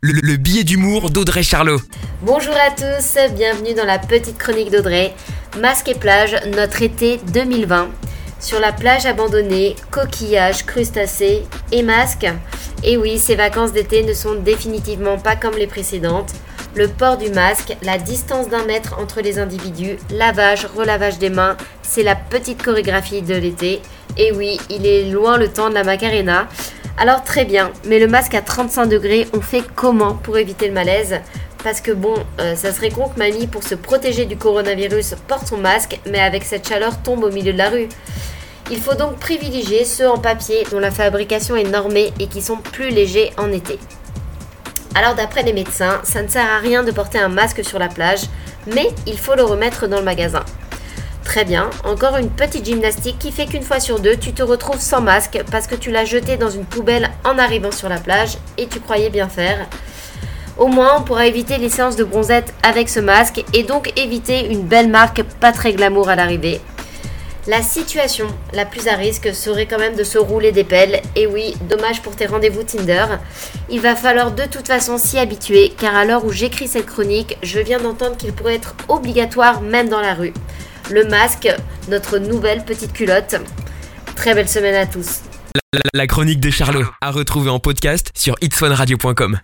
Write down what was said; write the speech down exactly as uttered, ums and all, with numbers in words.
Le, le billet d'humour d'Audrey Charlot. Bonjour à tous, bienvenue dans la petite chronique d'Audrey. Masque et plage, notre été deux mille vingt. Sur la plage abandonnée, coquillages, crustacés et masques. Et oui, ces vacances d'été ne sont définitivement pas comme les précédentes. Le port du masque, la distance d'un mètre entre les individus, lavage, relavage des mains, c'est la petite chorégraphie de l'été. Et oui, il est loin le temps de la Macarena. Alors très bien, mais le masque à trente-cinq degrés, on fait comment pour éviter le malaise ? Parce que bon, euh, ça serait con que mamie, pour se protéger du coronavirus, porte son masque, mais avec cette chaleur tombe au milieu de la rue. Il faut donc privilégier ceux en papier dont la fabrication est normée et qui sont plus légers en été. Alors d'après les médecins, ça ne sert à rien de porter un masque sur la plage, mais il faut le remettre dans le magasin. Très bien, encore une petite gymnastique qui fait qu'une fois sur deux, tu te retrouves sans masque parce que tu l'as jeté dans une poubelle en arrivant sur la plage et tu croyais bien faire. Au moins, on pourra éviter les séances de bronzette avec ce masque et donc éviter une belle marque pas très glamour à l'arrivée. La situation la plus à risque serait quand même de se rouler des pelles. Et oui, dommage pour tes rendez-vous Tinder. Il va falloir de toute façon s'y habituer car à l'heure où j'écris cette chronique, je viens d'entendre qu'il pourrait être obligatoire même dans la rue. Le masque, notre nouvelle petite culotte. Très belle semaine à tous. La, la, la chronique de Charlot, à retrouver en podcast sur its one radio point com.